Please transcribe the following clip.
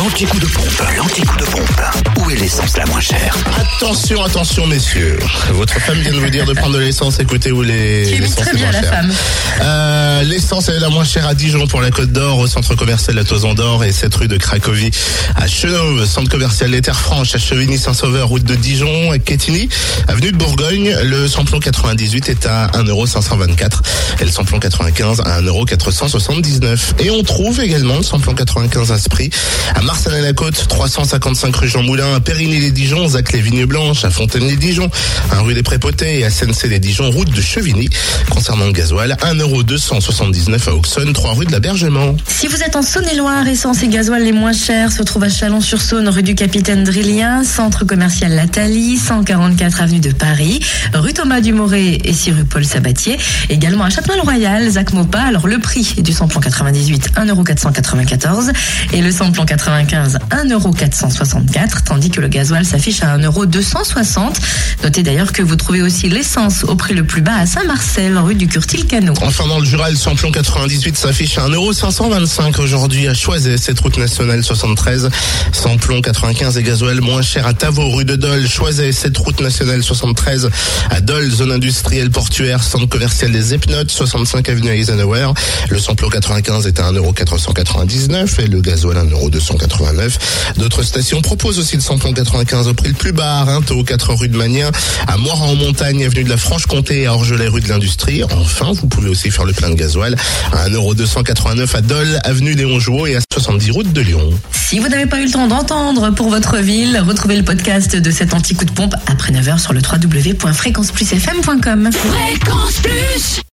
L'anti-coup de pompe. L'anti-coup de pompe. Où est l'essence la moins chère? Attention messieurs. Votre femme vient de vous dire de prendre de l'essence. Écoutez où l'essence très est bien moins la chère. femme. L'essence est la moins chère à Dijon pour la Côte d'Or, au centre commercial La Toison d'Or et 7 rue de Cracovie à Chenauve, centre commercial Les Terres Franches à Chevigny-Saint-Sauveur, route de Dijon, à Quetigny, avenue de Bourgogne. Le samplon 98 est à 1,524 € et le samplon 95 à 1,479 €. Et on trouve également le samplon 95 à ce prix à Marsanne-la-Côte, 355 rue Jean Moulin, à Périgny-les-Dijon, Zac-les-Vignes-Blanches, à Fontaine-les-Dijon, à rue des Prépotés et à Sensey-les-Dijon, route de Chevigny. Concernant le gasoil, 1,279 € à Auxonne, 3 rue de l'Abergement. Si vous êtes en Saône-et-Loire, essence et gasoil les moins chers se trouvent à Chalon-sur-Saône, rue du Capitaine Drillien, centre commercial Lathalie, 144 avenue de Paris, rue Thomas Dumoré et 6 rue Paul Sabatier. Également à Châtenois-le-Royal, Zac Mopa. Alors le prix du samplon 98, 1,494 € et le samplon 95, 1,464 €, tandis que le gasoil s'affiche à 1,260 €. Notez d'ailleurs que vous trouvez aussi l'essence au prix le plus bas à Saint-Marcel, rue du Curtil-Canot. Enfin, dans le Jura, le samplon 98 s'affiche à 1,525 € aujourd'hui à Choiset, cette route nationale 73. Samplon 95 et gasoil moins cher à Tavaux, rue de Dole, Choiset, cette route nationale 73. À Dole, zone industrielle portuaire, centre commercial des Epnotes, 65 avenue Eisenhower. Le samplon 95 est à 1,499 € et le gasoil 1,289 €. D'autres stations proposent aussi le samplon 95 au prix le plus bas à Rinteau, 4 rue de Magnin, à Moira-en-Montagne, avenue de la Franche-Comté et à Orgelet, rue de l'Industrie. Enfin, vous pouvez aussi faire le plein de gasoil à 1,289 € à Dole, avenue Léon Jouot et à 70 route de Lyon. Si vous n'avez pas eu le temps d'entendre pour votre ville, retrouvez le podcast de cet anti-coup de pompe après 9h sur le www.fréquenceplusfm.com. Fréquence Plus.